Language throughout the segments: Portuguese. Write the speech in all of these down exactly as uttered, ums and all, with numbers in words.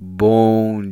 Bom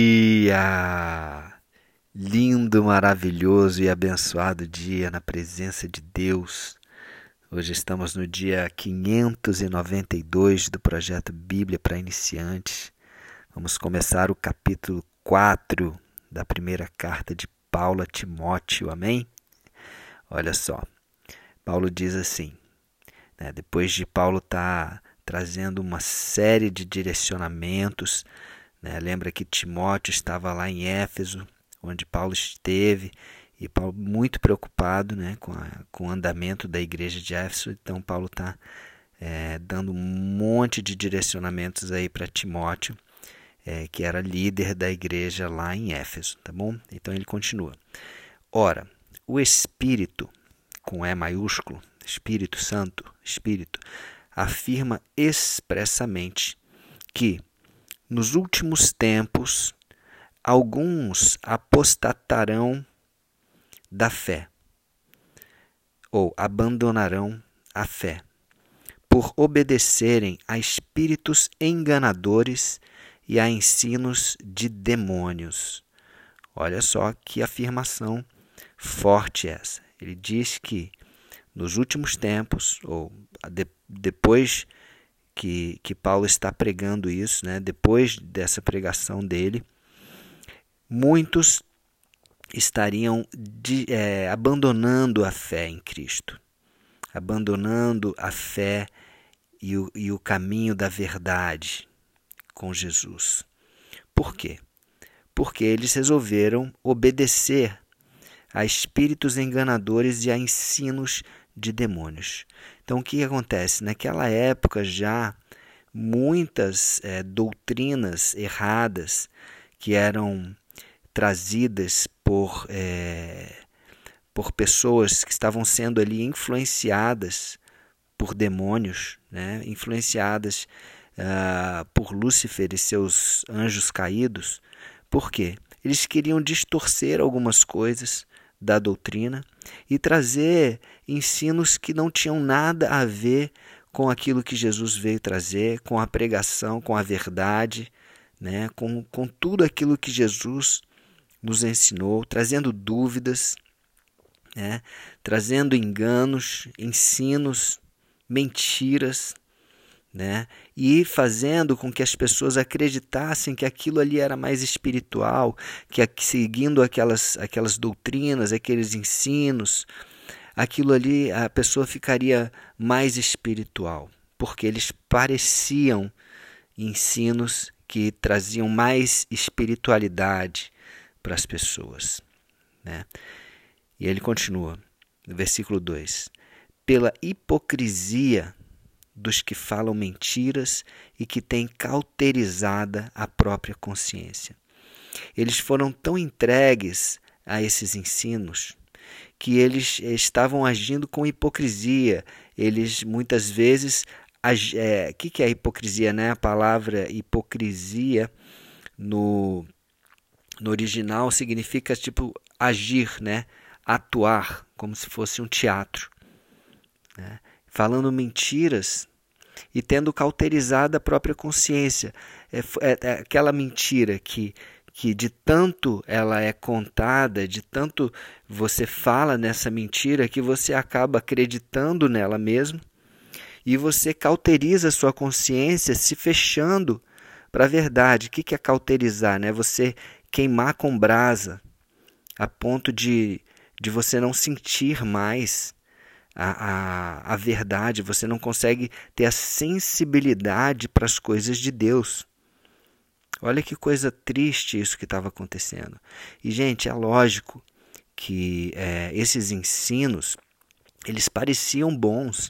dia! Lindo, maravilhoso e abençoado dia na presença de Deus. Hoje estamos no dia quinhentos e noventa e dois do projeto Bíblia para Iniciantes. Vamos começar o capítulo quatro da primeira carta de Paulo a Timóteo, amém? Olha só, Paulo diz assim, né, depois de Paulo estar trazendo uma série de direcionamentos, né, lembra que Timóteo estava lá em Éfeso, onde Paulo esteve, e Paulo muito preocupado, né, com, a, com o andamento da igreja de Éfeso. Então Paulo está é, dando um monte de direcionamentos aí para Timóteo, é, que era líder da igreja lá em Éfeso, tá bom? Então ele continua. Ora, o Espírito, com E maiúsculo, Espírito Santo, Espírito, afirma expressamente que, nos últimos tempos, alguns apostatarão da fé, ou abandonarão a fé, por obedecerem a espíritos enganadores e a ensinos de demônios. Olha só que afirmação forte essa. Ele diz que nos últimos tempos, ou de, depois que, que Paulo está pregando isso, né, depois dessa pregação dele, muitos estariam de, é, abandonando a fé em Cristo, abandonando a fé e o, e o caminho da verdade com Jesus. Por quê? Porque eles resolveram obedecer a espíritos enganadores e a ensinos de demônios. Então, o que acontece? Naquela época já, muitas é, doutrinas erradas que eram trazidas por, é, por pessoas que estavam sendo ali influenciadas por demônios, né? Influenciadas uh, por Lúcifer e seus anjos caídos. Por quê? Eles queriam distorcer algumas coisas da doutrina e trazer ensinos que não tinham nada a ver com aquilo que Jesus veio trazer, com a pregação, com a verdade, né? com, com tudo aquilo que Jesus nos ensinou, trazendo dúvidas, né? Trazendo enganos, ensinos, mentiras, né? E fazendo com que as pessoas acreditassem que aquilo ali era mais espiritual, que seguindo aquelas, aquelas doutrinas, aqueles ensinos, aquilo ali a pessoa ficaria mais espiritual, porque eles pareciam ensinos que traziam mais espiritualidade para as pessoas, né? E ele continua, no versículo dois, pela hipocrisia dos que falam mentiras e que têm cauterizada a própria consciência. Eles foram tão entregues a esses ensinos que eles estavam agindo com hipocrisia. Eles muitas vezes... O é, que, que é hipocrisia, né? A palavra hipocrisia no, no original significa tipo agir, né? Atuar, como se fosse um teatro, né? Falando mentiras e tendo cauterizado a própria consciência. É, é, é aquela mentira que, que de tanto ela é contada, de tanto você fala nessa mentira, que você acaba acreditando nela mesmo e você cauteriza a sua consciência se fechando para a verdade. O que é cauterizar? Né? Você queimar com brasa a ponto de, de você não sentir mais A, a, a verdade, você não consegue ter a sensibilidade para as coisas de Deus. Olha que coisa triste isso que estava acontecendo. E, gente, é lógico que é, esses ensinos, eles pareciam bons,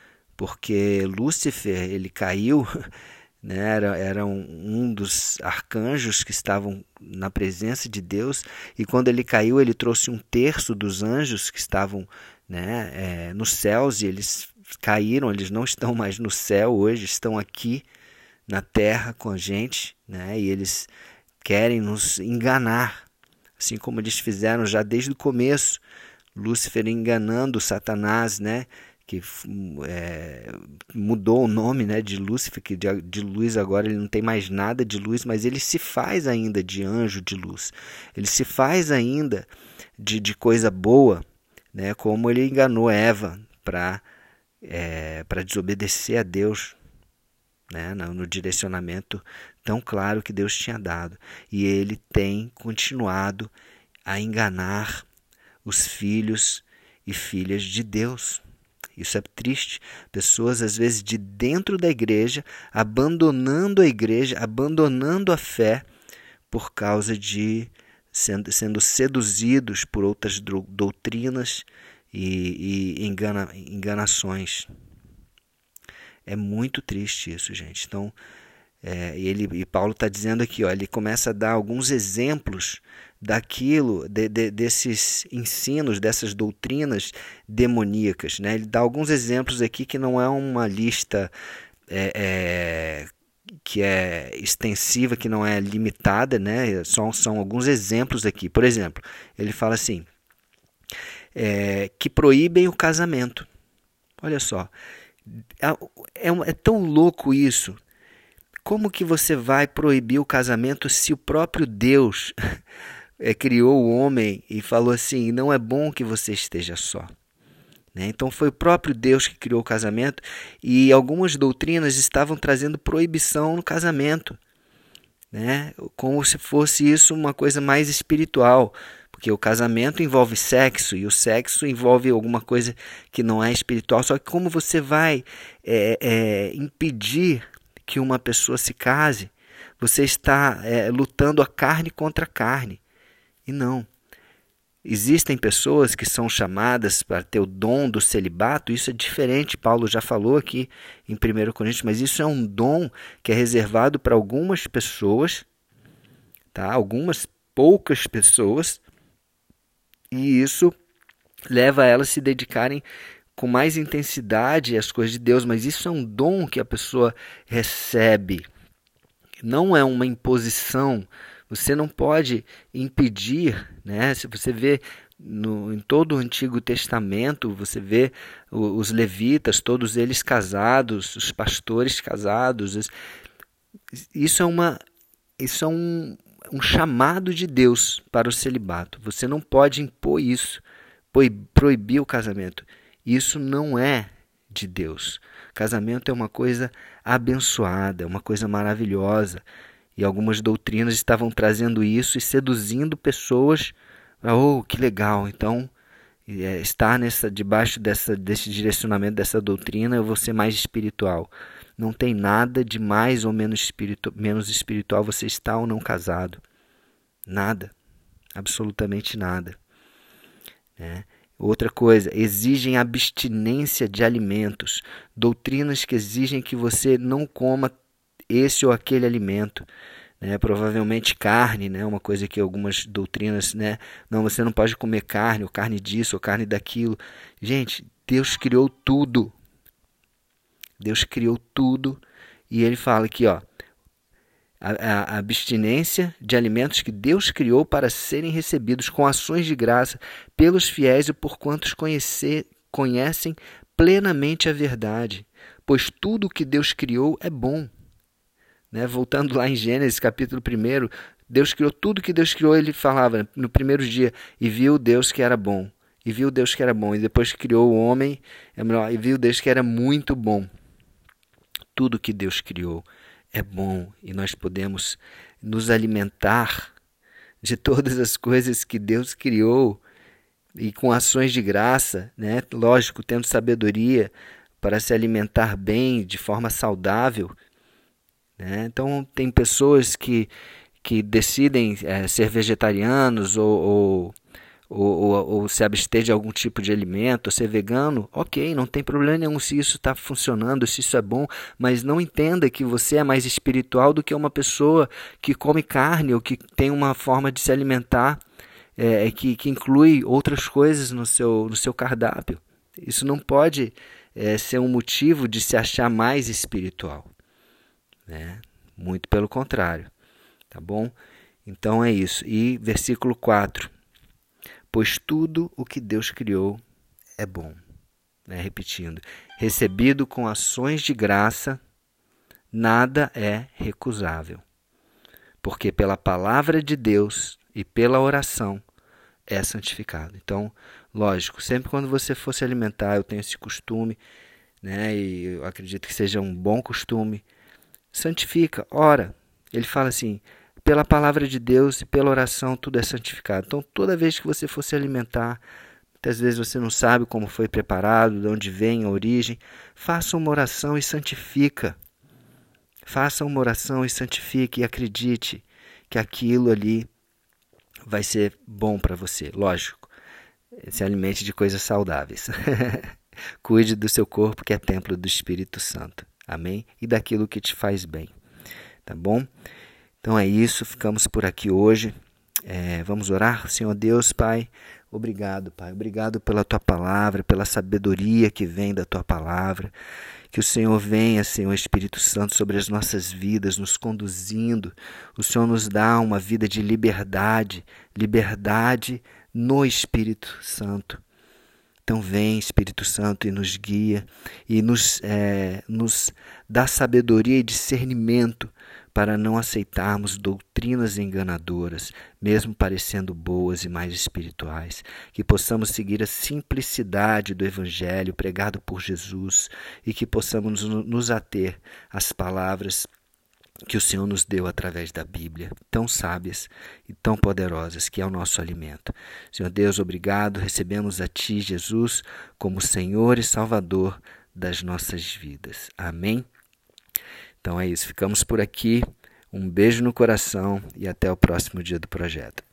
porque Lúcifer, ele caiu, né, era, era um, um dos arcanjos que estavam na presença de Deus, e quando ele caiu, ele trouxe um terço dos anjos que estavam né, é, nos céus, e eles caíram, eles não estão mais no céu hoje, estão aqui na terra com a gente, né, e eles querem nos enganar, assim como eles fizeram já desde o começo, Lúcifer enganando Satanás, né, que é, mudou o nome, né, de Lúcifer, que de, de luz agora ele não tem mais nada de luz, mas ele se faz ainda de anjo de luz. Ele se faz ainda de, de coisa boa, né, como ele enganou Eva para é, para desobedecer a Deus, né, no, no direcionamento tão claro que Deus tinha dado. E ele tem continuado a enganar os filhos e filhas de Deus. Isso é triste. Pessoas, às vezes, de dentro da igreja, abandonando a igreja, abandonando a fé, por causa de sendo, sendo seduzidos por outras doutrinas e, e engana, enganações. É muito triste isso, gente. Então, é, ele, e Paulo está dizendo aqui, ó, ele começa a dar alguns exemplos daquilo, de, de, desses ensinos, dessas doutrinas demoníacas, né? Ele dá alguns exemplos aqui que não é uma lista é, é, que é extensiva, que não é limitada, né? Só, são alguns exemplos aqui. Por exemplo, ele fala assim, é, que proíbem o casamento. Olha só, é, é tão louco isso. Como que você vai proibir o casamento se o próprio Deus é, criou o homem e falou assim, não é bom que você esteja só? Né? Então foi o próprio Deus que criou o casamento e algumas doutrinas estavam trazendo proibição no casamento, né? Como se fosse isso uma coisa mais espiritual, porque o casamento envolve sexo e o sexo envolve alguma coisa que não é espiritual. Só que como você vai é, é, impedir que uma pessoa se case, você está é, lutando a carne contra a carne. E não. Existem pessoas que são chamadas para ter o dom do celibato, isso é diferente, Paulo já falou aqui em primeiro Coríntios, mas isso é um dom que é reservado para algumas pessoas, tá? Algumas poucas pessoas, e isso leva elas a se dedicarem com mais intensidade às coisas de Deus, mas isso é um dom que a pessoa recebe, não é uma imposição. Você não pode impedir, né? Se você vê no, em todo o Antigo Testamento, você vê os levitas, todos eles casados, os pastores casados. Isso é, uma, isso é um, um chamado de Deus para o celibato. Você não pode impor isso, proibir o casamento. Isso não é de Deus. Casamento é uma coisa abençoada, é uma coisa maravilhosa. E algumas doutrinas estavam trazendo isso e seduzindo pessoas. Oh, que legal! Então, é, estar nessa, debaixo dessa, desse direcionamento, dessa doutrina, eu vou ser mais espiritual. Não tem nada de mais ou menos, espiritu, menos espiritual você estar ou não casado. Nada. Absolutamente nada. É. Outra coisa, exigem abstinência de alimentos, doutrinas que exigem que você não coma esse ou aquele alimento, né? Provavelmente carne, né? Uma coisa que algumas doutrinas, né? Não, você não pode comer carne, ou carne disso, ou carne daquilo. Gente, Deus criou tudo. Deus criou tudo e ele fala aqui, ó, A, a abstinência de alimentos que Deus criou para serem recebidos com ações de graça pelos fiéis e por quantos conhecer, conhecem plenamente a verdade, pois tudo o que Deus criou é bom. Né? Voltando lá em Gênesis capítulo um, Deus criou tudo que Deus criou, ele falava no primeiro dia, e viu Deus que era bom, e viu Deus que era bom, e depois criou o homem, é melhor, e viu Deus que era muito bom. Tudo que Deus criou é bom e nós podemos nos alimentar de todas as coisas que Deus criou e com ações de graça, né? Lógico, tendo sabedoria para se alimentar bem, de forma saudável. Né? Então, tem pessoas que, que decidem é, ser vegetarianos ou, ou Ou, ou, ou se abster de algum tipo de alimento, ou ser vegano, ok, não tem problema nenhum se isso está funcionando, se isso é bom, mas não entenda que você é mais espiritual do que uma pessoa que come carne ou que tem uma forma de se alimentar é, que, que inclui outras coisas no seu, no seu cardápio. Isso não pode é, ser um motivo de se achar mais espiritual. Né? Muito pelo contrário. Tá bom? Então é isso. E versículo quatro. Pois tudo o que Deus criou é bom. né? Repetindo, recebido com ações de graça, nada é recusável, porque pela palavra de Deus e pela oração é santificado. Então, lógico, sempre quando você for se alimentar, eu tenho esse costume, né, e eu acredito que seja um bom costume, santifica, ora. Ele fala assim, pela palavra de Deus e pela oração tudo é santificado. Então, toda vez que você for se alimentar, muitas vezes você não sabe como foi preparado, de onde vem a origem, faça uma oração e santifica. Faça uma oração e santifique e acredite que aquilo ali vai ser bom para você. Lógico, se alimente de coisas saudáveis. Cuide do seu corpo, que é templo do Espírito Santo. Amém? E daquilo que te faz bem. Tá bom? Então é isso, ficamos por aqui hoje. É, vamos orar? Senhor Deus, Pai, obrigado, Pai. Obrigado pela Tua palavra, pela sabedoria que vem da Tua palavra. Que o Senhor venha, Senhor Espírito Santo, sobre as nossas vidas, nos conduzindo. O Senhor nos dá uma vida de liberdade, liberdade no Espírito Santo. Então vem, Espírito Santo, e nos guia, e nos, é, nos dá sabedoria e discernimento para não aceitarmos doutrinas enganadoras, mesmo parecendo boas e mais espirituais. Que possamos seguir a simplicidade do Evangelho pregado por Jesus e que possamos nos ater às palavras que o Senhor nos deu através da Bíblia, tão sábias e tão poderosas, que é o nosso alimento. Senhor Deus, obrigado, recebemos a Ti, Jesus, como Senhor e Salvador das nossas vidas. Amém? Então é isso, ficamos por aqui. Um beijo no coração e até o próximo dia do projeto.